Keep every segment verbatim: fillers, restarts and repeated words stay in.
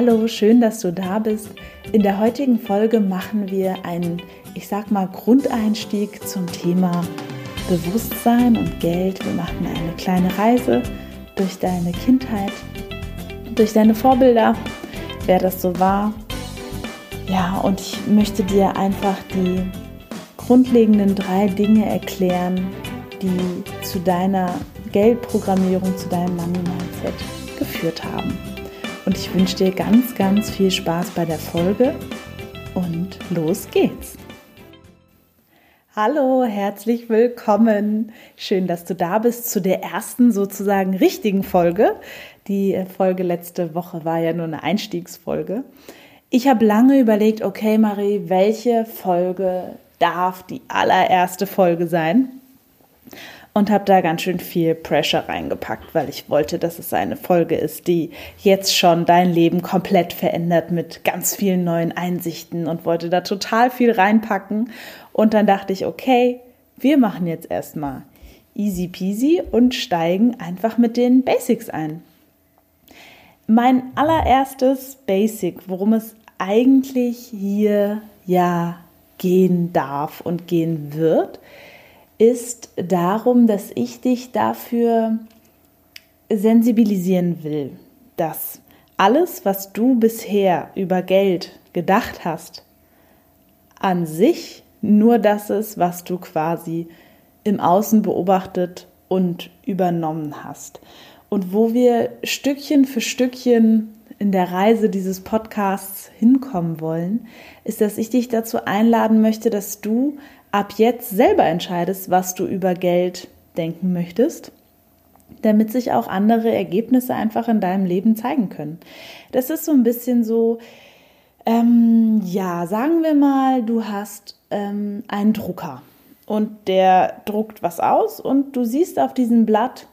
Hallo, schön, dass du da bist. In der heutigen Folge machen wir einen, ich sag mal, Grundeinstieg zum Thema Bewusstsein und Geld. Wir machen eine kleine Reise durch deine Kindheit, durch deine Vorbilder, wer das so war. Ja, und ich möchte dir einfach die grundlegenden drei Dinge erklären, die zu deiner Geldprogrammierung, zu deinem Money-Mindset geführt haben. Und ich wünsche dir ganz, ganz viel Spaß bei der Folge und los geht's. Hallo, herzlich willkommen. Schön, dass du da bist zu der ersten sozusagen richtigen Folge. Die Folge letzte Woche war ja nur eine Einstiegsfolge. Ich habe lange überlegt, okay Marie, welche Folge darf die allererste Folge sein? Und habe da ganz schön viel Pressure reingepackt, weil ich wollte, dass es eine Folge ist, die jetzt schon dein Leben komplett verändert mit ganz vielen neuen Einsichten und wollte da total viel reinpacken. Und dann dachte ich, okay, wir machen jetzt erstmal easy peasy und steigen einfach mit den Basics ein. Mein allererstes Basic, worum es eigentlich hier ja gehen darf und gehen wird, ist darum, dass ich dich dafür sensibilisieren will, dass alles, was du bisher über Geld gedacht hast, an sich nur das ist, was du quasi im Außen beobachtet und übernommen hast. Und wo wir Stückchen für Stückchen in der Reise dieses Podcasts hinkommen wollen, ist, dass ich dich dazu einladen möchte, dass du ab jetzt selber entscheidest, was du über Geld denken möchtest, damit sich auch andere Ergebnisse einfach in deinem Leben zeigen können. Das ist so ein bisschen so, ähm, ja, sagen wir mal, du hast ähm, einen Drucker und der druckt was aus und du siehst auf diesem Blatt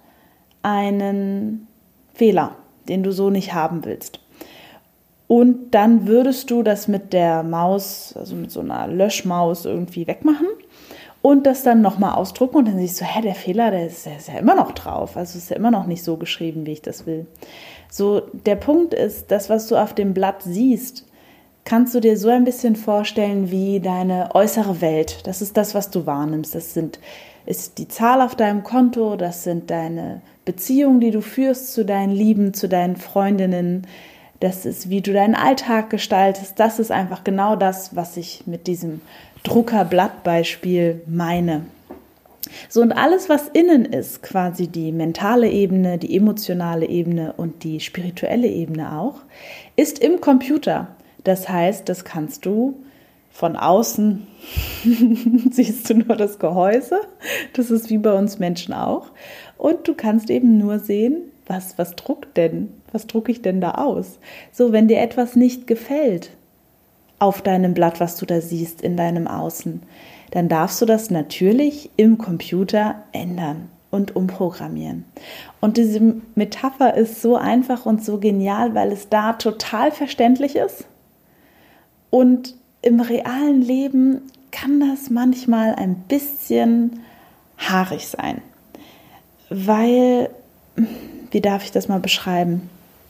einen Fehler, den du so nicht haben willst. Und dann würdest du das mit der Maus, also mit so einer Löschmaus irgendwie wegmachen und das dann nochmal ausdrucken und dann siehst du, hä, der Fehler, der ist, der ist ja immer noch drauf. Also ist ja immer noch nicht so geschrieben, wie ich das will. So, der Punkt ist, das, was du auf dem Blatt siehst, kannst du dir so ein bisschen vorstellen wie deine äußere Welt. Das ist das, was du wahrnimmst. Das sind, ist die Zahl auf deinem Konto, das sind deine Beziehungen, die du führst zu deinen Lieben, zu deinen Freundinnen. Das ist, wie du deinen Alltag gestaltest. Das ist einfach genau das, was ich mit diesem Druckerblattbeispiel meine. So, und alles, was innen ist, quasi die mentale Ebene, die emotionale Ebene und die spirituelle Ebene auch, ist im Computer. Das heißt, das kannst du von außen, siehst du nur das Gehäuse, das ist wie bei uns Menschen auch. Und du kannst eben nur sehen, was, was druckt denn? Was drucke ich denn da aus? So, wenn dir etwas nicht gefällt auf deinem Blatt, was du da siehst, in deinem Außen, dann darfst du das natürlich im Computer ändern und umprogrammieren. Und diese Metapher ist so einfach und so genial, weil es da total verständlich ist. Und im realen Leben kann das manchmal ein bisschen haarig sein, weil, wie darf ich das mal beschreiben?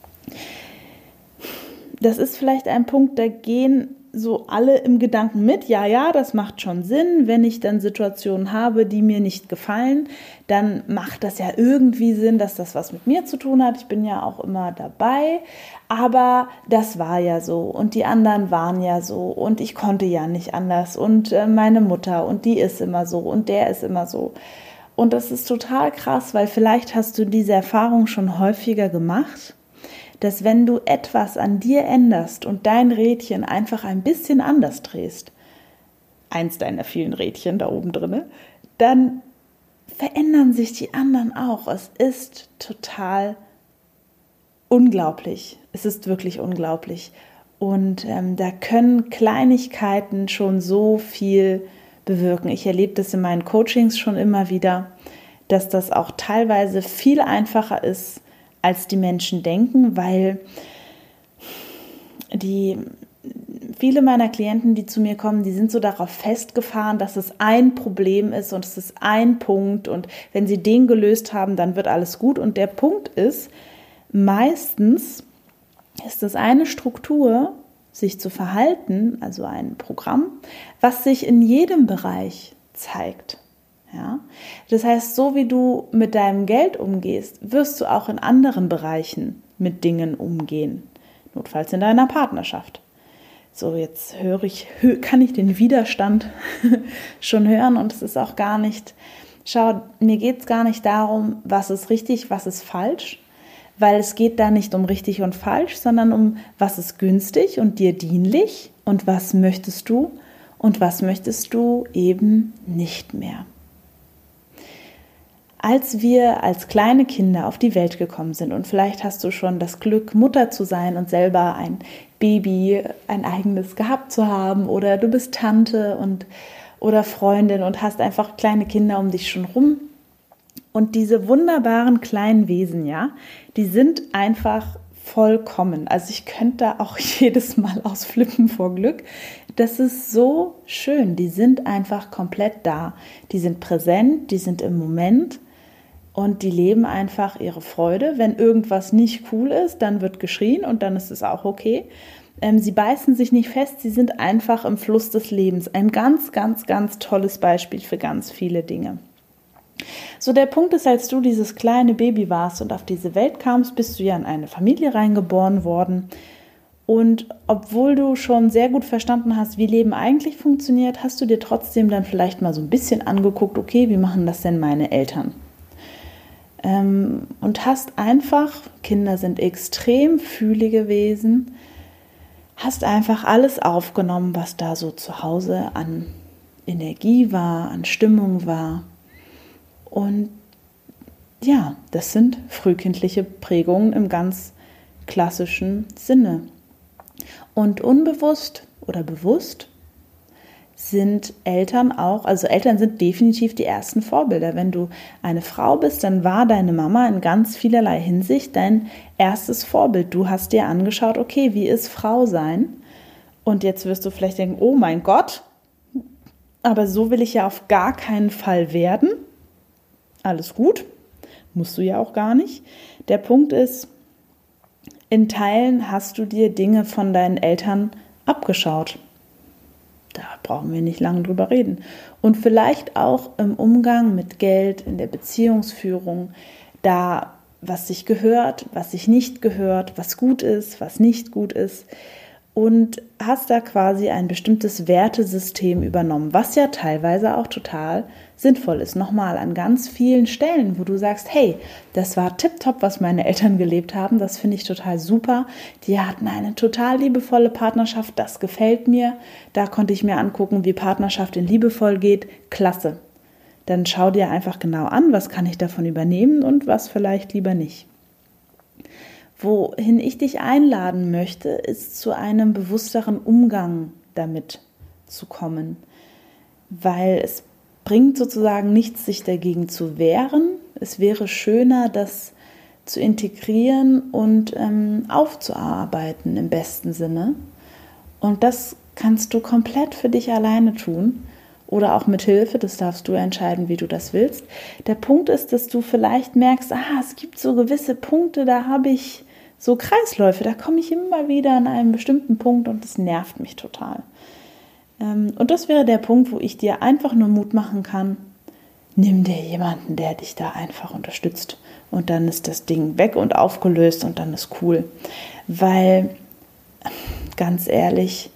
Das ist vielleicht ein Punkt, da gehen so alle im Gedanken mit, ja, ja, das macht schon Sinn, wenn ich dann Situationen habe, die mir nicht gefallen, dann macht das ja irgendwie Sinn, dass das was mit mir zu tun hat, ich bin ja auch immer dabei, aber das war ja so und die anderen waren ja so und ich konnte ja nicht anders und meine Mutter und die ist immer so und der ist immer so. Und das ist total krass, weil vielleicht hast du diese Erfahrung schon häufiger gemacht, dass wenn du etwas an dir änderst und dein Rädchen einfach ein bisschen anders drehst, eins deiner vielen Rädchen da oben drin, dann verändern sich die anderen auch. Es ist total unglaublich. Es ist wirklich unglaublich. Und ähm, da können Kleinigkeiten schon so viel bewirken. Ich erlebe das in meinen Coachings schon immer wieder, dass das auch teilweise viel einfacher ist, als die Menschen denken, weil die viele meiner Klienten, die zu mir kommen, die sind so darauf festgefahren, dass es ein Problem ist und es ist ein Punkt und wenn sie den gelöst haben, dann wird alles gut. Und der Punkt ist, meistens ist es eine Struktur, sich zu verhalten, also ein Programm, was sich in jedem Bereich zeigt. Ja? Das heißt, so wie du mit deinem Geld umgehst, wirst du auch in anderen Bereichen mit Dingen umgehen. Notfalls in deiner Partnerschaft. So, jetzt höre ich, kann ich den Widerstand schon hören und es ist auch gar nicht, schau, mir geht es gar nicht darum, was ist richtig, was ist falsch, weil es geht da nicht um richtig und falsch, sondern um, was ist günstig und dir dienlich und was möchtest du und was möchtest du eben nicht mehr. Als wir als kleine Kinder auf die Welt gekommen sind und vielleicht hast du schon das Glück, Mutter zu sein und selber ein Baby, ein eigenes gehabt zu haben oder du bist Tante und, oder Freundin und hast einfach kleine Kinder um dich schon rum. Und diese wunderbaren kleinen Wesen, ja, die sind einfach vollkommen. Also ich könnte da auch jedes Mal ausflippen vor Glück. Das ist so schön. Die sind einfach komplett da. Die sind präsent, die sind im Moment. Und die leben einfach ihre Freude. Wenn irgendwas nicht cool ist, dann wird geschrien und dann ist es auch okay. Ähm, sie beißen sich nicht fest, sie sind einfach im Fluss des Lebens. Ein ganz, ganz, ganz tolles Beispiel für ganz viele Dinge. So, der Punkt ist, als du dieses kleine Baby warst und auf diese Welt kamst, bist du ja in eine Familie reingeboren worden. Und obwohl du schon sehr gut verstanden hast, wie Leben eigentlich funktioniert, hast du dir trotzdem dann vielleicht mal so ein bisschen angeguckt, okay, wie machen das denn meine Eltern? Und hast einfach, Kinder sind extrem fühlige Wesen, hast einfach alles aufgenommen, was da so zu Hause an Energie war, an Stimmung war. Und ja, das sind frühkindliche Prägungen im ganz klassischen Sinne. Und unbewusst oder bewusst sind Eltern auch, also Eltern sind definitiv die ersten Vorbilder. Wenn du eine Frau bist, dann war deine Mama in ganz vielerlei Hinsicht dein erstes Vorbild. Du hast dir angeschaut, okay, wie ist Frau sein? Und jetzt wirst du vielleicht denken, oh mein Gott, aber so will ich ja auf gar keinen Fall werden. Alles gut, musst du ja auch gar nicht. Der Punkt ist, in Teilen hast du dir Dinge von deinen Eltern abgeschaut. Da brauchen wir nicht lange drüber reden. Und vielleicht auch im Umgang mit Geld, in der Beziehungsführung, da, was sich gehört, was sich nicht gehört, was gut ist, was nicht gut ist. Und hast da quasi ein bestimmtes Wertesystem übernommen, was ja teilweise auch total sinnvoll ist. Nochmal an ganz vielen Stellen, wo du sagst, hey, das war tipptopp, was meine Eltern gelebt haben, das finde ich total super. Die hatten eine total liebevolle Partnerschaft, das gefällt mir. Da konnte ich mir angucken, wie Partnerschaft in liebevoll geht. Klasse. Dann schau dir einfach genau an, was kann ich davon übernehmen und was vielleicht lieber nicht. Wohin ich dich einladen möchte, ist zu einem bewussteren Umgang damit zu kommen, weil es bringt sozusagen nichts, sich dagegen zu wehren. Es wäre schöner, das zu integrieren und ähm, aufzuarbeiten im besten Sinne. Und das kannst du komplett für dich alleine tun oder auch mit Hilfe, das darfst du entscheiden, wie du das willst. Der Punkt ist, dass du vielleicht merkst, ah, es gibt so gewisse Punkte, da habe ich so Kreisläufe, da komme ich immer wieder an einen bestimmten Punkt und das nervt mich total. Und das wäre der Punkt, wo ich dir einfach nur Mut machen kann, nimm dir jemanden, der dich da einfach unterstützt und dann ist das Ding weg und aufgelöst und dann ist cool. Weil, ganz ehrlich,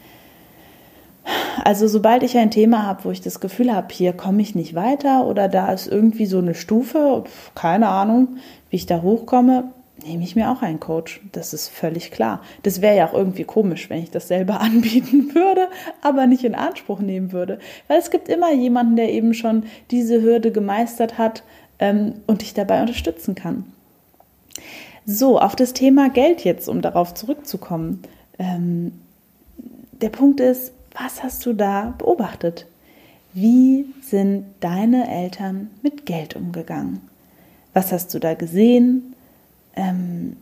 also sobald ich ein Thema habe, wo ich das Gefühl habe, hier komme ich nicht weiter oder da ist irgendwie so eine Stufe, keine Ahnung, wie ich da hochkomme, nehme ich mir auch einen Coach. Das ist völlig klar. Das wäre ja auch irgendwie komisch, wenn ich das selber anbieten würde, aber nicht in Anspruch nehmen würde. Weil es gibt immer jemanden, der eben schon diese Hürde gemeistert hat ähm, und dich dabei unterstützen kann. So, auf das Thema Geld jetzt, um darauf zurückzukommen. Ähm, der Punkt ist, was hast du da beobachtet? Wie sind deine Eltern mit Geld umgegangen? Was hast du da gesehen? Ähm,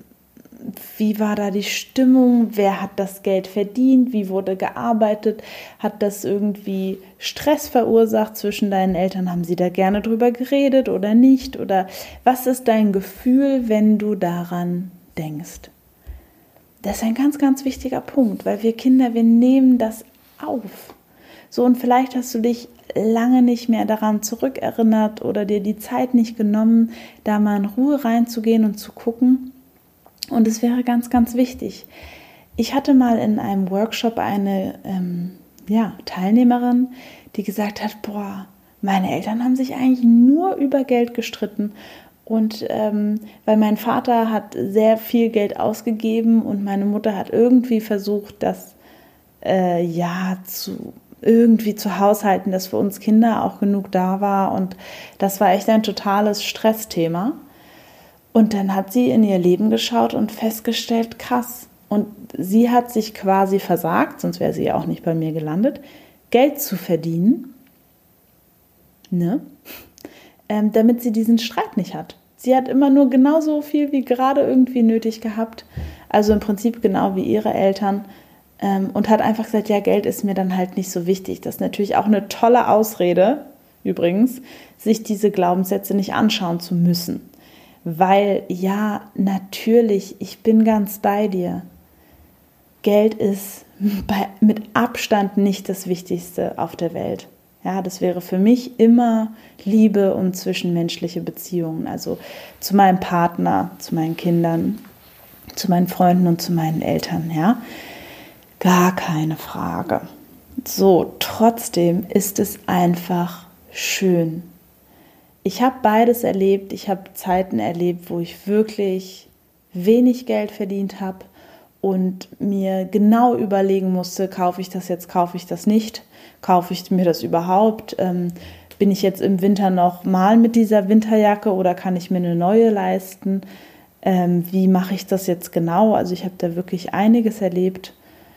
wie war da die Stimmung? Wer hat das Geld verdient? Wie wurde gearbeitet? Hat das irgendwie Stress verursacht zwischen deinen Eltern? Haben sie da gerne drüber geredet oder nicht? Oder was ist dein Gefühl, wenn du daran denkst? das ist ein ganz, ganz wichtiger Punkt, weil wir Kinder, wir nehmen das auf. So, und vielleicht hast du dich lange nicht mehr daran zurückerinnert oder dir die Zeit nicht genommen, da mal in Ruhe reinzugehen und zu gucken. Und es wäre ganz, ganz wichtig. Ich hatte mal in einem Workshop eine ähm, ja, Teilnehmerin, die gesagt hat, boah, meine Eltern haben sich eigentlich nur über Geld gestritten. Und ähm, weil mein Vater hat sehr viel Geld ausgegeben und meine Mutter hat irgendwie versucht, das äh, ja zu irgendwie zu haushalten, dass für uns Kinder auch genug da war. Und das war echt ein totales Stressthema. Und dann hat sie in ihr Leben geschaut und festgestellt, krass. Und sie hat sich quasi versagt, sonst wäre sie ja auch nicht bei mir gelandet, Geld zu verdienen, ne? ähm, damit sie diesen Streit nicht hat. Sie hat immer nur genauso viel wie gerade irgendwie nötig gehabt. Also im Prinzip genau wie ihre Eltern. Ähm, und hat einfach gesagt, ja, Geld ist mir dann halt nicht so wichtig. Das ist natürlich auch eine tolle Ausrede, übrigens, sich diese Glaubenssätze nicht anschauen zu müssen. Weil, ja, natürlich, ich bin ganz bei dir. Geld ist bei, mit Abstand nicht das Wichtigste auf der Welt. Ja, das wäre für mich immer Liebe und zwischenmenschliche Beziehungen. Also zu meinem Partner, zu meinen Kindern, zu meinen Freunden und zu meinen Eltern, ja. Gar keine Frage. So, trotzdem ist es einfach schön. Ich habe beides erlebt. Ich habe Zeiten erlebt, wo ich wirklich wenig Geld verdient habe und mir genau überlegen musste, kaufe ich das jetzt, kaufe ich das nicht, kaufe ich mir das überhaupt, ähm, bin ich jetzt im Winter noch mal mit dieser Winterjacke oder kann ich mir eine neue leisten, ähm, wie mache ich das jetzt genau, also ich habe da wirklich einiges erlebt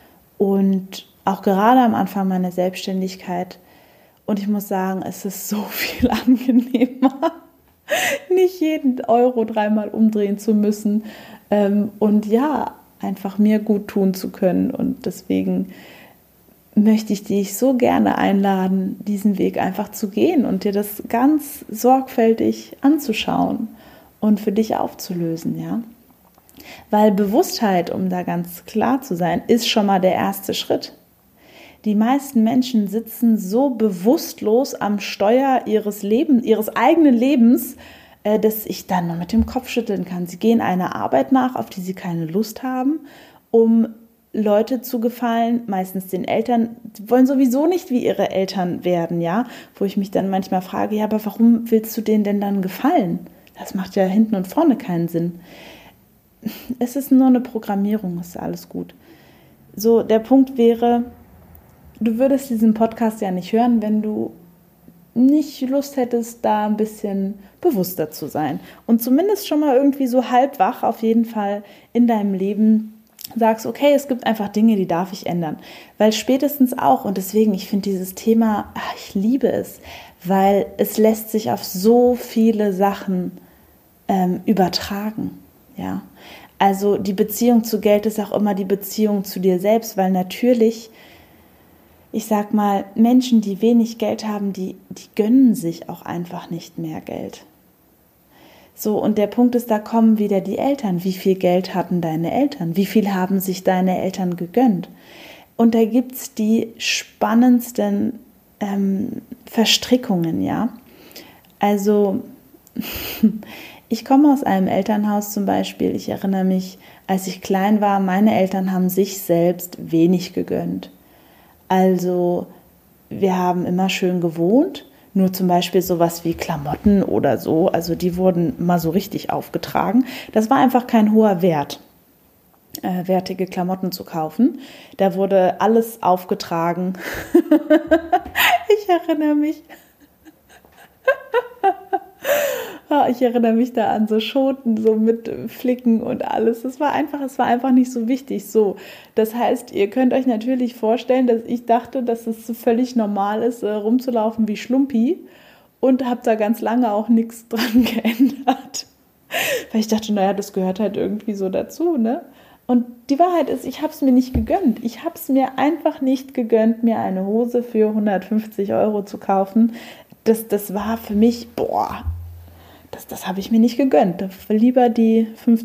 und auch gerade am Anfang meiner Selbstständigkeit und ich muss sagen, es ist so viel angenehmer, nicht jeden Euro dreimal umdrehen zu müssen ähm, und ja, einfach mir gut tun zu können. Und deswegen möchte ich dich so gerne einladen, diesen Weg einfach zu gehen und dir das ganz sorgfältig anzuschauen und für dich aufzulösen, ja. Weil Bewusstheit, um da ganz klar zu sein, ist schon mal der erste Schritt. Die meisten Menschen sitzen so bewusstlos am Steuer ihres Lebens, ihres eigenen Lebens, dass ich dann nur mit dem Kopf schütteln kann. Sie gehen einer Arbeit nach, auf die sie keine Lust haben, um Leute zu gefallen, meistens den Eltern. Die wollen sowieso nicht wie ihre Eltern werden, ja, wo ich mich dann manchmal frage, ja, aber warum willst du denen denn dann gefallen? Das macht ja hinten und vorne keinen Sinn. Es ist nur eine Programmierung, ist alles gut. So, der Punkt wäre, du würdest diesen Podcast ja nicht hören, wenn du nicht Lust hättest, da ein bisschen bewusster zu sein und zumindest schon mal irgendwie so halb wach auf jeden Fall in deinem Leben sagst, okay, es gibt einfach Dinge, die darf ich ändern, weil spätestens auch, und deswegen, ich finde dieses Thema, ach, ich liebe es, weil es lässt sich auf so viele Sachen ähm, übertragen, ja, also die Beziehung zu Geld ist auch immer die Beziehung zu dir selbst, weil natürlich ich sag mal, Menschen, die wenig Geld haben, die, die gönnen sich auch einfach nicht mehr Geld. So, und der Punkt ist, da kommen wieder die Eltern. Wie viel Geld hatten deine Eltern? Wie viel haben sich deine Eltern gegönnt? Und da gibt es die spannendsten ähm, Verstrickungen, ja. Also, ich komme aus einem Elternhaus zum Beispiel. Ich erinnere mich, als ich klein war, meine Eltern haben sich selbst wenig gegönnt. Also wir haben immer schön gewohnt, nur zum Beispiel sowas wie Klamotten oder so, also die wurden mal so richtig aufgetragen. Das war einfach kein hoher Wert, äh, wertige Klamotten zu kaufen. Da wurde alles aufgetragen. Ich erinnere mich. Ich erinnere mich da an so Schoten, so mit Flicken und alles. Das war einfach, es war einfach nicht so wichtig. So, das heißt, ihr könnt euch natürlich vorstellen, dass ich dachte, dass es völlig normal ist, rumzulaufen wie Schlumpi und habe da ganz lange auch nichts dran geändert. Weil ich dachte, naja, das gehört halt irgendwie so dazu, ne? Und die Wahrheit ist, ich habe es mir nicht gegönnt. Ich habe es mir einfach nicht gegönnt, mir eine Hose für hundertfünfzig Euro zu kaufen. Das, das war für mich, boah, das, das habe ich mir nicht gegönnt. Lieber die fünfzehn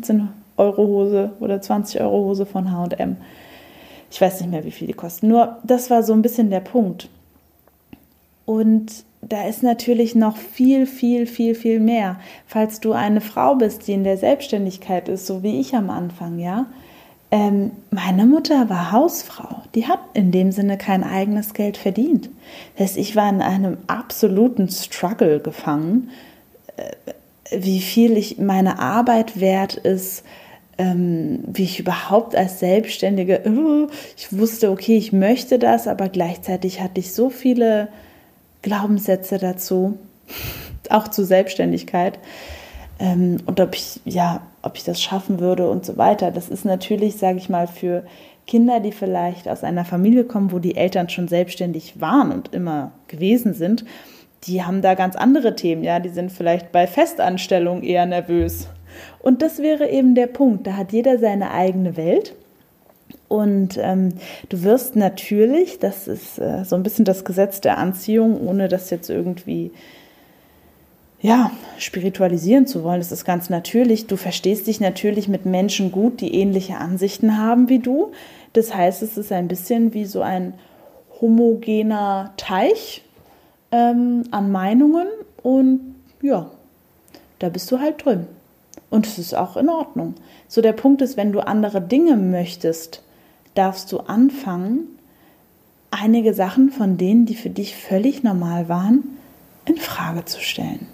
Euro Hose oder zwanzig Euro Hose von H und M. Ich weiß nicht mehr, wie viel die kosten. Nur das war so ein bisschen der Punkt. Und da ist natürlich noch viel, viel, viel, viel mehr. Falls du eine Frau bist, die in der Selbstständigkeit ist, so wie ich am Anfang, ja. Ähm, meine Mutter war Hausfrau. Die hat in dem Sinne kein eigenes Geld verdient. Das heißt, ich war in einem absoluten Struggle gefangen, äh, wie viel ich meine Arbeit wert ist, ähm, wie ich überhaupt als Selbstständige, uh, ich wusste, okay, ich möchte das, aber gleichzeitig hatte ich so viele Glaubenssätze dazu, auch zur Selbstständigkeit, ähm, und ob ich, ja, ob ich das schaffen würde und so weiter. Das ist natürlich, sage ich mal, für Kinder, die vielleicht aus einer Familie kommen, wo die Eltern schon selbstständig waren und immer gewesen sind, die haben da ganz andere Themen, ja, die sind vielleicht bei Festanstellung eher nervös. Und das wäre eben der Punkt, da hat jeder seine eigene Welt. Und ähm, du wirst natürlich, das ist äh, so ein bisschen das Gesetz der Anziehung, ohne das jetzt irgendwie ja, spiritualisieren zu wollen, das ist ganz natürlich. Du verstehst dich natürlich mit Menschen gut, die ähnliche Ansichten haben wie du. Das heißt, es ist ein bisschen wie so ein homogener Teich ähm, an Meinungen und ja, da bist du halt drin. Und es ist auch in Ordnung. So, der Punkt ist, wenn du andere Dinge möchtest, darfst du anfangen, einige Sachen von denen, die für dich völlig normal waren, in Frage zu stellen.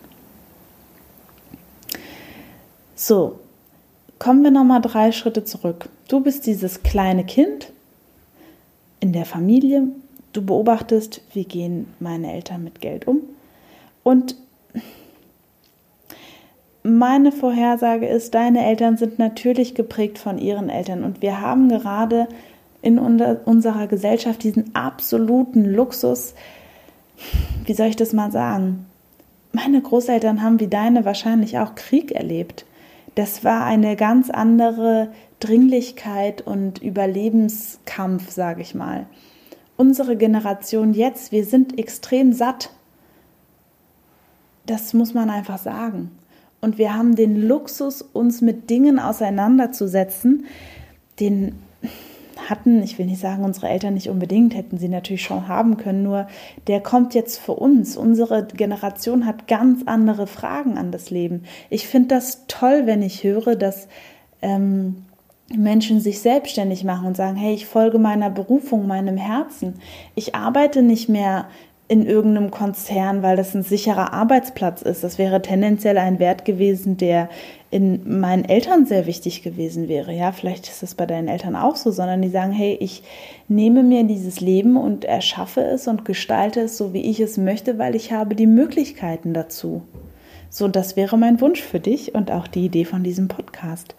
So, kommen wir nochmal drei Schritte zurück. Du bist dieses kleine Kind in der Familie. Du beobachtest, wie gehen meine Eltern mit Geld um. Und meine Vorhersage ist, deine Eltern sind natürlich geprägt von ihren Eltern. Und wir haben gerade in unserer Gesellschaft diesen absoluten Luxus, wie soll ich das mal sagen? Meine Großeltern haben wie deine wahrscheinlich auch Krieg erlebt. Das war eine ganz andere Dringlichkeit und Überlebenskampf, sage ich mal. Unsere Generation jetzt, wir sind extrem satt. Das muss man einfach sagen. Und wir haben den Luxus, uns mit Dingen auseinanderzusetzen, den hatten, ich will nicht sagen, unsere Eltern nicht unbedingt, hätten sie natürlich schon haben können, nur der kommt jetzt für uns. Unsere Generation hat ganz andere Fragen an das Leben. Ich finde das toll, wenn ich höre, dass ähm, Menschen sich selbstständig machen und sagen, hey, ich folge meiner Berufung, meinem Herzen. Ich arbeite nicht mehr in irgendeinem Konzern, weil das ein sicherer Arbeitsplatz ist. Das wäre tendenziell ein Wert gewesen, der in meinen Eltern sehr wichtig gewesen wäre. Ja, vielleicht ist das bei deinen Eltern auch so, sondern die sagen, hey, ich nehme mir dieses Leben und erschaffe es und gestalte es so, wie ich es möchte, weil ich habe die Möglichkeiten dazu. So, das wäre mein Wunsch für dich und auch die Idee von diesem Podcast.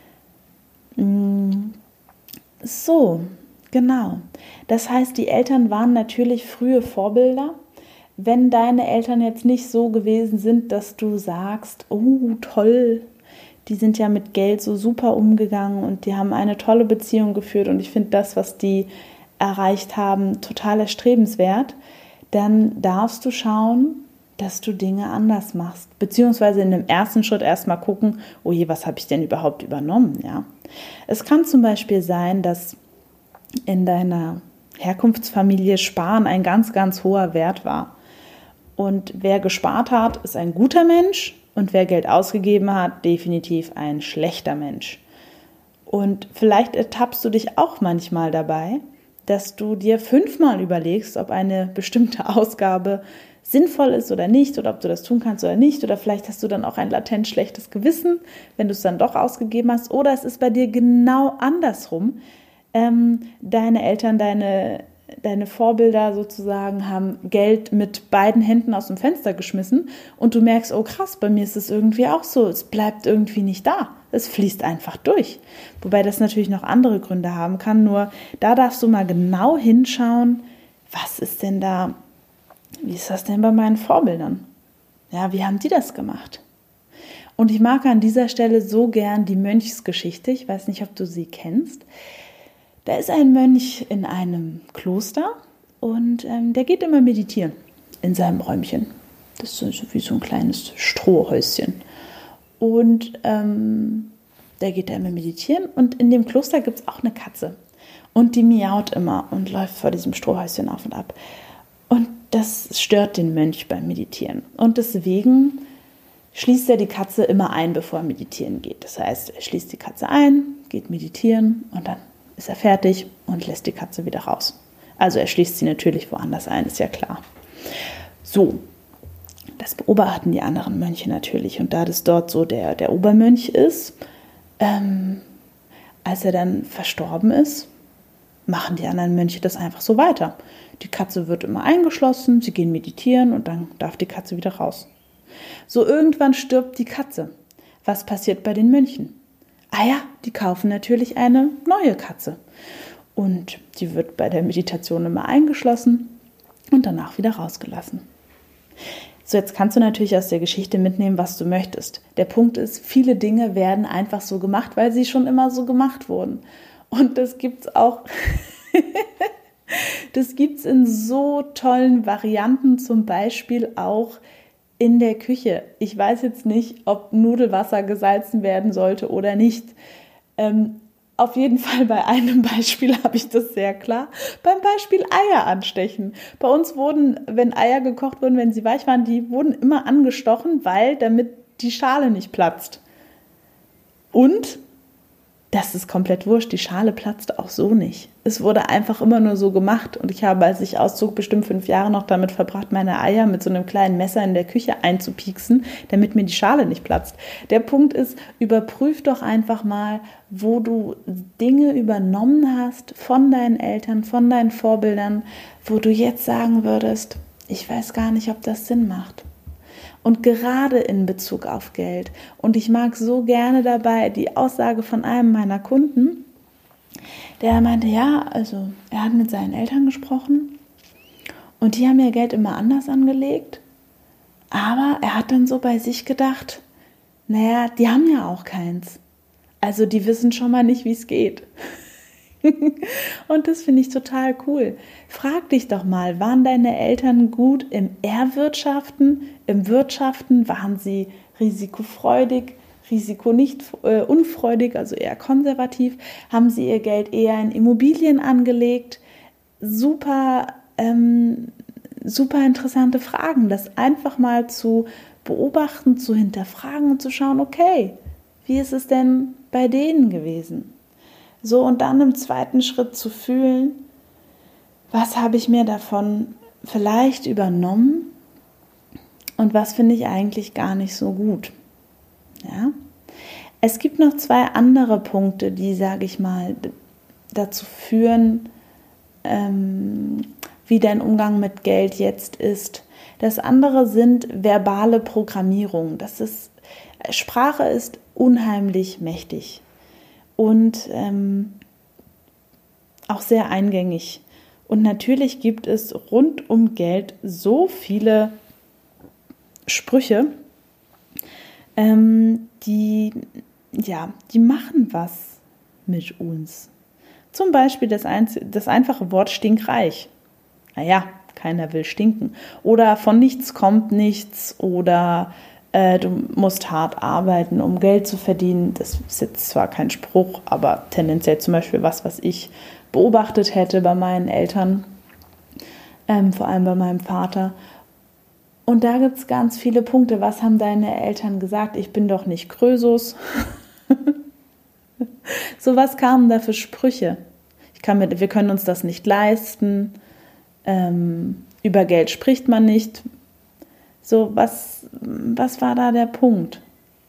So, genau. Das heißt, die Eltern waren natürlich frühe Vorbilder. Wenn deine Eltern jetzt nicht so gewesen sind, dass du sagst, oh toll, die sind ja mit Geld so super umgegangen und die haben eine tolle Beziehung geführt und ich finde das, was die erreicht haben, total erstrebenswert, dann darfst du schauen, dass du Dinge anders machst. Beziehungsweise in dem ersten Schritt erstmal gucken, oh je, was habe ich denn überhaupt übernommen? Ja? Es kann zum Beispiel sein, dass in deiner Herkunftsfamilie Sparen ein ganz, ganz hoher Wert war. Und wer gespart hat, ist ein guter Mensch und wer Geld ausgegeben hat, definitiv ein schlechter Mensch. Und vielleicht ertappst du dich auch manchmal dabei, dass du dir fünfmal überlegst, ob eine bestimmte Ausgabe sinnvoll ist oder nicht oder ob du das tun kannst oder nicht. Oder vielleicht hast du dann auch ein latent schlechtes Gewissen, wenn du es dann doch ausgegeben hast. Oder es ist bei dir genau andersrum. Ähm, deine Eltern, deine, deine Vorbilder sozusagen haben Geld mit beiden Händen aus dem Fenster geschmissen und du merkst, oh krass, bei mir ist es irgendwie auch so, es bleibt irgendwie nicht da, es fließt einfach durch. Wobei das natürlich noch andere Gründe haben kann, nur da darfst du mal genau hinschauen, was ist denn da, wie ist das denn bei meinen Vorbildern? Ja, wie haben die das gemacht? Und ich mag an dieser Stelle so gern die Mönchsgeschichte, ich weiß nicht, ob du sie kennst. Da ist ein Mönch in einem Kloster und ähm, der geht immer meditieren in seinem Räumchen. Das ist so wie so ein kleines Strohhäuschen. Und ähm, der geht da immer meditieren und in dem Kloster gibt es auch eine Katze. Und die miaut immer und läuft vor diesem Strohhäuschen auf und ab. Und das stört den Mönch beim Meditieren. Und deswegen schließt er die Katze immer ein, bevor er meditieren geht. Das heißt, er schließt die Katze ein, geht meditieren und dann ist er fertig und lässt die Katze wieder raus. Also er schließt sie natürlich woanders ein, ist ja klar. So, das beobachten die anderen Mönche natürlich. Und da das dort so der, der Obermönch ist, ähm, als er dann verstorben ist, machen die anderen Mönche das einfach so weiter. Die Katze wird immer eingeschlossen, sie gehen meditieren und dann darf die Katze wieder raus. So irgendwann stirbt die Katze. Was passiert bei den Mönchen? Ah ja, die kaufen natürlich eine neue Katze. Und die wird bei der Meditation immer eingeschlossen und danach wieder rausgelassen. So, jetzt kannst du natürlich aus der Geschichte mitnehmen, was du möchtest. Der Punkt ist, viele Dinge werden einfach so gemacht, weil sie schon immer so gemacht wurden. Und das gibt's auch, das gibt's in so tollen Varianten, zum Beispiel auch in der Küche. Ich weiß jetzt nicht, ob Nudelwasser gesalzen werden sollte oder nicht. Ähm, auf jeden Fall bei einem Beispiel habe ich das sehr klar. Beim Beispiel Eier anstechen. Bei uns wurden, wenn Eier gekocht wurden, wenn sie weich waren, die wurden immer angestochen, weil damit die Schale nicht platzt. Und das ist komplett wurscht, die Schale platzt auch so nicht. Es wurde einfach immer nur so gemacht und ich habe, als ich auszog, bestimmt fünf Jahre noch damit verbracht, meine Eier mit so einem kleinen Messer in der Küche einzupieksen, damit mir die Schale nicht platzt. Der Punkt ist, überprüf doch einfach mal, wo du Dinge übernommen hast von deinen Eltern, von deinen Vorbildern, wo du jetzt sagen würdest, ich weiß gar nicht, ob das Sinn macht. Und gerade in Bezug auf Geld. Und ich mag so gerne dabei die Aussage von einem meiner Kunden, der meinte, ja, also er hat mit seinen Eltern gesprochen und die haben ihr Geld immer anders angelegt, aber er hat dann so bei sich gedacht, naja, die haben ja auch keins. Also die wissen schon mal nicht, wie es geht. Und das finde ich total cool. Frag dich doch mal, waren deine Eltern gut im Erwirtschaften, im Wirtschaften? Waren sie risikofreudig, risiko nicht äh, unfreudig, also eher konservativ? Haben sie ihr Geld eher in Immobilien angelegt? Super, ähm, super interessante Fragen, das einfach mal zu beobachten, zu hinterfragen und zu schauen, okay, wie ist es denn bei denen gewesen? So, und dann im zweiten Schritt zu fühlen, was habe ich mir davon vielleicht übernommen und was finde ich eigentlich gar nicht so gut. Ja? Es gibt noch zwei andere Punkte, die, sage ich mal, dazu führen, ähm, wie dein Umgang mit Geld jetzt ist. Das andere sind verbale Programmierung. Das ist, Sprache ist unheimlich mächtig. Und ähm, auch sehr eingängig. Und natürlich gibt es rund um Geld so viele Sprüche, ähm, die, ja, die machen was mit uns. Zum Beispiel das, einz- das einfache Wort stinkreich. Naja, keiner will stinken. Oder von nichts kommt nichts oder du musst hart arbeiten, um Geld zu verdienen. Das ist jetzt zwar kein Spruch, aber tendenziell zum Beispiel was, was ich beobachtet hätte bei meinen Eltern, ähm, vor allem bei meinem Vater. Und da gibt es ganz viele Punkte. Was haben deine Eltern gesagt? Ich bin doch nicht Krösus. So, was kamen da für Sprüche? Ich kann mit, wir können uns das nicht leisten. Ähm, über Geld spricht man nicht. So, was, was war da der Punkt?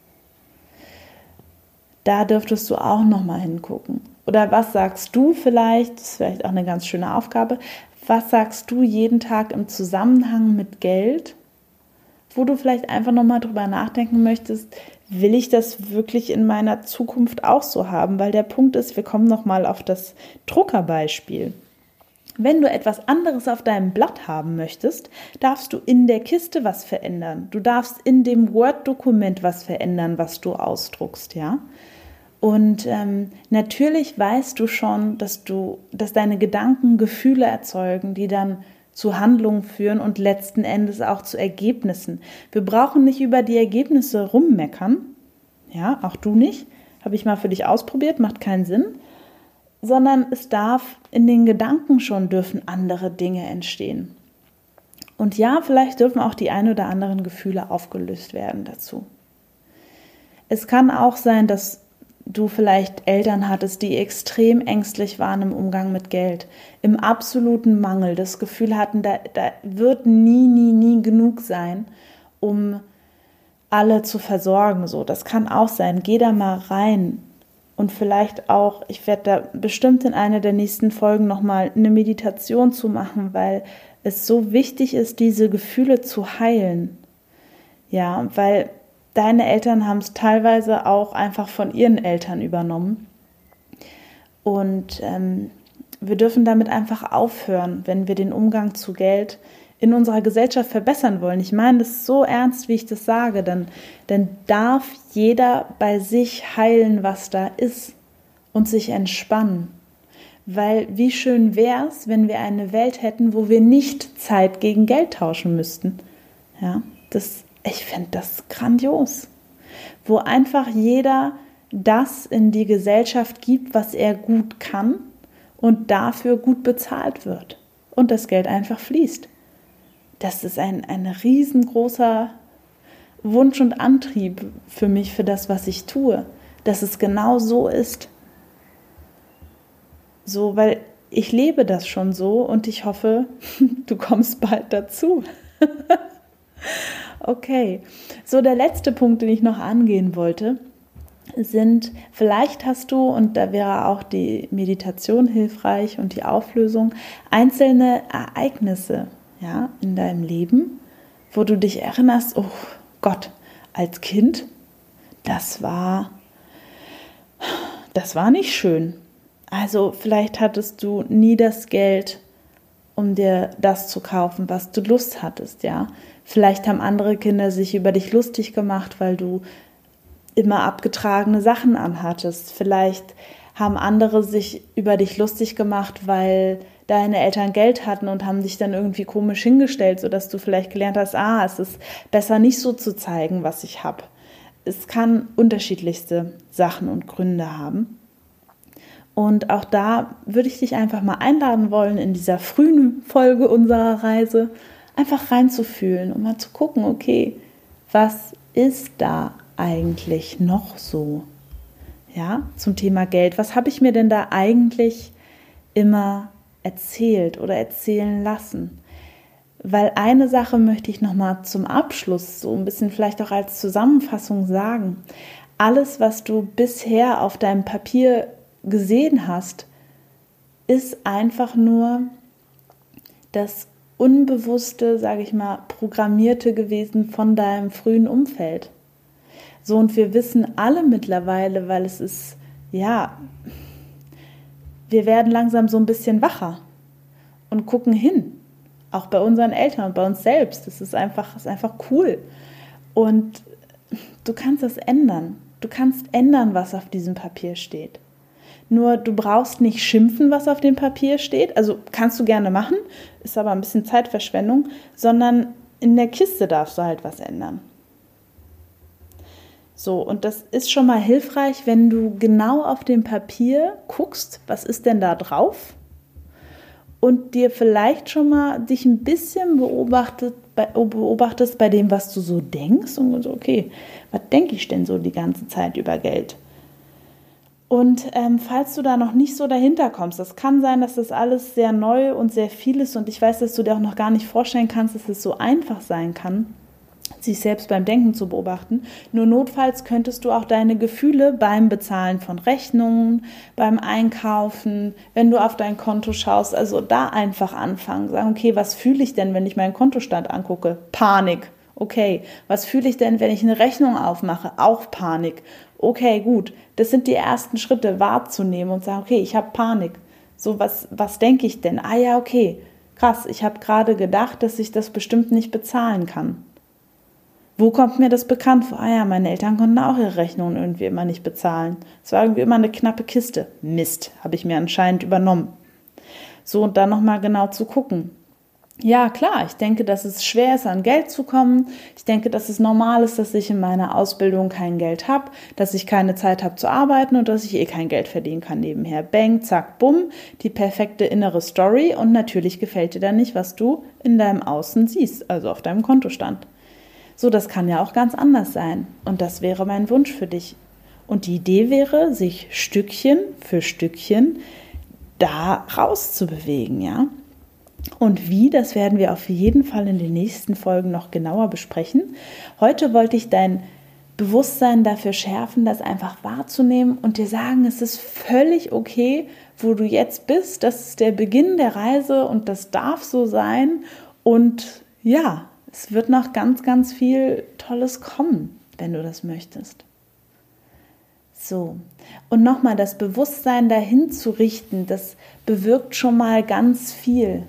Da dürftest du auch nochmal hingucken. Oder was sagst du vielleicht, das ist vielleicht auch eine ganz schöne Aufgabe, was sagst du jeden Tag im Zusammenhang mit Geld, wo du vielleicht einfach nochmal drüber nachdenken möchtest, will ich das wirklich in meiner Zukunft auch so haben? Weil der Punkt ist, wir kommen nochmal auf das Druckerbeispiel. Wenn du etwas anderes auf deinem Blatt haben möchtest, darfst du in der Kiste was verändern. Du darfst in dem Word-Dokument was verändern, was du ausdruckst, ja. Und ähm, natürlich weißt du schon, dass du, dass deine Gedanken Gefühle erzeugen, die dann zu Handlungen führen und letzten Endes auch zu Ergebnissen. Wir brauchen nicht über die Ergebnisse rummeckern, ja, auch du nicht. habe ich mal für dich ausprobiert, macht keinen Sinn, sondern es darf in den Gedanken schon dürfen andere Dinge entstehen. Und ja, vielleicht dürfen auch die ein oder anderen Gefühle aufgelöst werden dazu. Es kann auch sein, dass du vielleicht Eltern hattest, die extrem ängstlich waren im Umgang mit Geld, im absoluten Mangel, das Gefühl hatten, da, da wird nie, nie, nie genug sein, um alle zu versorgen. So, das kann auch sein. Geh da mal rein und vielleicht auch, ich werde da bestimmt in einer der nächsten Folgen nochmal eine Meditation zu machen, weil es so wichtig ist, diese Gefühle zu heilen. Ja, weil deine Eltern haben es teilweise auch einfach von ihren Eltern übernommen. Und ähm, wir dürfen damit einfach aufhören, wenn wir den Umgang zu Geld in unserer Gesellschaft verbessern wollen. Ich meine das so ernst, wie ich das sage, dann, dann darf jeder bei sich heilen, was da ist und sich entspannen. Weil wie schön wäre es, wenn wir eine Welt hätten, wo wir nicht Zeit gegen Geld tauschen müssten. Ja, das Ich finde das grandios, wo einfach jeder das in die Gesellschaft gibt, was er gut kann und dafür gut bezahlt wird und das Geld einfach fließt. Das ist ein, ein riesengroßer Wunsch und Antrieb für mich, für das, was ich tue, dass es genau so ist. So, weil ich lebe das schon so und ich hoffe, du kommst bald dazu. Okay, so der letzte Punkt, den ich noch angehen wollte, sind, vielleicht hast du, und da wäre auch die Meditation hilfreich und die Auflösung, einzelne Ereignisse, ja, in deinem Leben, wo du dich erinnerst, oh Gott, als Kind, das war, das war nicht schön. Also vielleicht hattest du nie das Geld, um dir das zu kaufen, was du Lust hattest, ja. Vielleicht haben andere Kinder sich über dich lustig gemacht, weil du immer abgetragene Sachen anhattest. Vielleicht haben andere sich über dich lustig gemacht, weil deine Eltern Geld hatten und haben dich dann irgendwie komisch hingestellt, sodass du vielleicht gelernt hast, ah, es ist besser nicht so zu zeigen, was ich habe. Es kann unterschiedlichste Sachen und Gründe haben. Und auch da würde ich dich einfach mal einladen wollen, in dieser frühen Folge unserer Reise einfach reinzufühlen und mal zu gucken, okay, was ist da eigentlich noch so? Ja, zum Thema Geld. Was habe ich mir denn da eigentlich immer erzählt oder erzählen lassen? Weil eine Sache möchte ich nochmal zum Abschluss so ein bisschen vielleicht auch als Zusammenfassung sagen. Alles, was du bisher auf deinem Papier gesehen hast, ist einfach nur das Unbewusste, sage ich mal, Programmierte gewesen von deinem frühen Umfeld. So, und wir wissen alle mittlerweile, weil es ist, ja, wir werden langsam so ein bisschen wacher und gucken hin, auch bei unseren Eltern und bei uns selbst. Das ist einfach, das ist einfach cool. Und du kannst das ändern. Du kannst ändern, was auf diesem Papier steht. Nur du brauchst nicht schimpfen, was auf dem Papier steht. Also kannst du gerne machen, ist aber ein bisschen Zeitverschwendung, sondern in der Kiste darfst du halt was ändern. So, und das ist schon mal hilfreich, wenn du genau auf dem Papier guckst, was ist denn da drauf? Und dir vielleicht schon mal dich ein bisschen beobachtet, beobachtest bei dem, was du so denkst und so, okay, was denke ich denn so die ganze Zeit über Geld? Und ähm, falls du da noch nicht so dahinter kommst, das kann sein, dass das alles sehr neu und sehr viel ist und ich weiß, dass du dir auch noch gar nicht vorstellen kannst, dass es so einfach sein kann, sich selbst beim Denken zu beobachten. Nur notfalls könntest du auch deine Gefühle beim Bezahlen von Rechnungen, beim Einkaufen, wenn du auf dein Konto schaust, also da einfach anfangen. Sagen, okay, was fühle ich denn, wenn ich meinen Kontostand angucke? Panik. Okay, was fühle ich denn, wenn ich eine Rechnung aufmache? Auch Panik. Okay, gut. Das sind die ersten Schritte, wahrzunehmen und sagen, okay, ich habe Panik. So, was, was denke ich denn? Ah ja, okay, krass, ich habe gerade gedacht, dass ich das bestimmt nicht bezahlen kann. Wo kommt mir das bekannt vor? Ah ja, meine Eltern konnten auch ihre Rechnungen irgendwie immer nicht bezahlen. Es war irgendwie immer eine knappe Kiste. Mist, habe ich mir anscheinend übernommen. So, und dann nochmal genau zu gucken. Ja, klar, ich denke, dass es schwer ist, an Geld zu kommen. Ich denke, dass es normal ist, dass ich in meiner Ausbildung kein Geld habe, dass ich keine Zeit habe zu arbeiten und dass ich eh kein Geld verdienen kann nebenher. Bang, zack, bumm, die perfekte innere Story und natürlich gefällt dir dann nicht, was du in deinem Außen siehst, also auf deinem Kontostand. So, das kann ja auch ganz anders sein und das wäre mein Wunsch für dich. Und die Idee wäre, sich Stückchen für Stückchen da rauszubewegen, ja. Und wie, das werden wir auf jeden Fall in den nächsten Folgen noch genauer besprechen. Heute wollte ich dein Bewusstsein dafür schärfen, das einfach wahrzunehmen und dir sagen, es ist völlig okay, wo du jetzt bist. Das ist der Beginn der Reise und das darf so sein. Und ja, es wird noch ganz, ganz viel Tolles kommen, wenn du das möchtest. So, und nochmal das Bewusstsein dahin zu richten, das bewirkt schon mal ganz viel.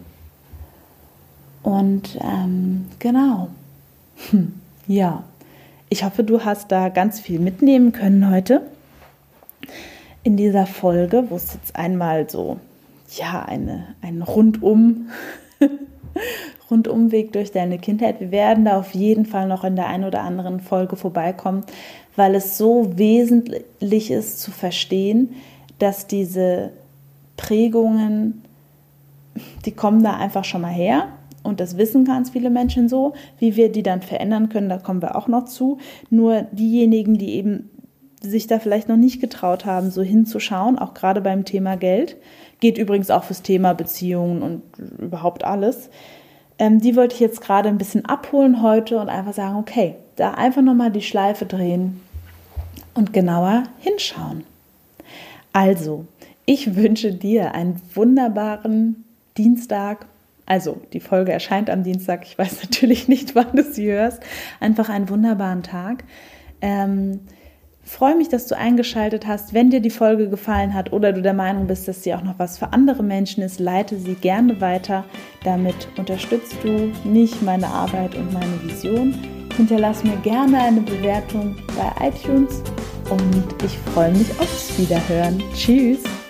Und ähm, genau, hm, ja, ich hoffe, du hast da ganz viel mitnehmen können heute in dieser Folge, wo es jetzt einmal so, ja, eine, ein Rundum, Rundumweg durch deine Kindheit. Wir werden da auf jeden Fall noch in der einen oder anderen Folge vorbeikommen, weil es so wesentlich ist zu verstehen, dass diese Prägungen, die kommen da einfach schon mal her. Und das wissen ganz viele Menschen so, wie wir die dann verändern können, da kommen wir auch noch zu. Nur diejenigen, die eben sich da vielleicht noch nicht getraut haben, so hinzuschauen, auch gerade beim Thema Geld, geht übrigens auch fürs Thema Beziehungen und überhaupt alles, ähm, die wollte ich jetzt gerade ein bisschen abholen heute und einfach sagen, okay, da einfach nochmal die Schleife drehen und genauer hinschauen. Also, ich wünsche dir einen wunderbaren Dienstag. Also, die Folge erscheint am Dienstag. Ich weiß natürlich nicht, wann du sie hörst. Einfach einen wunderbaren Tag. Ähm, freue mich, dass du eingeschaltet hast. Wenn dir die Folge gefallen hat oder du der Meinung bist, dass sie auch noch was für andere Menschen ist, leite sie gerne weiter. Damit unterstützt du mich, meine Arbeit und meine Vision. Hinterlass mir gerne eine Bewertung bei iTunes und ich freue mich aufs Wiederhören. Tschüss!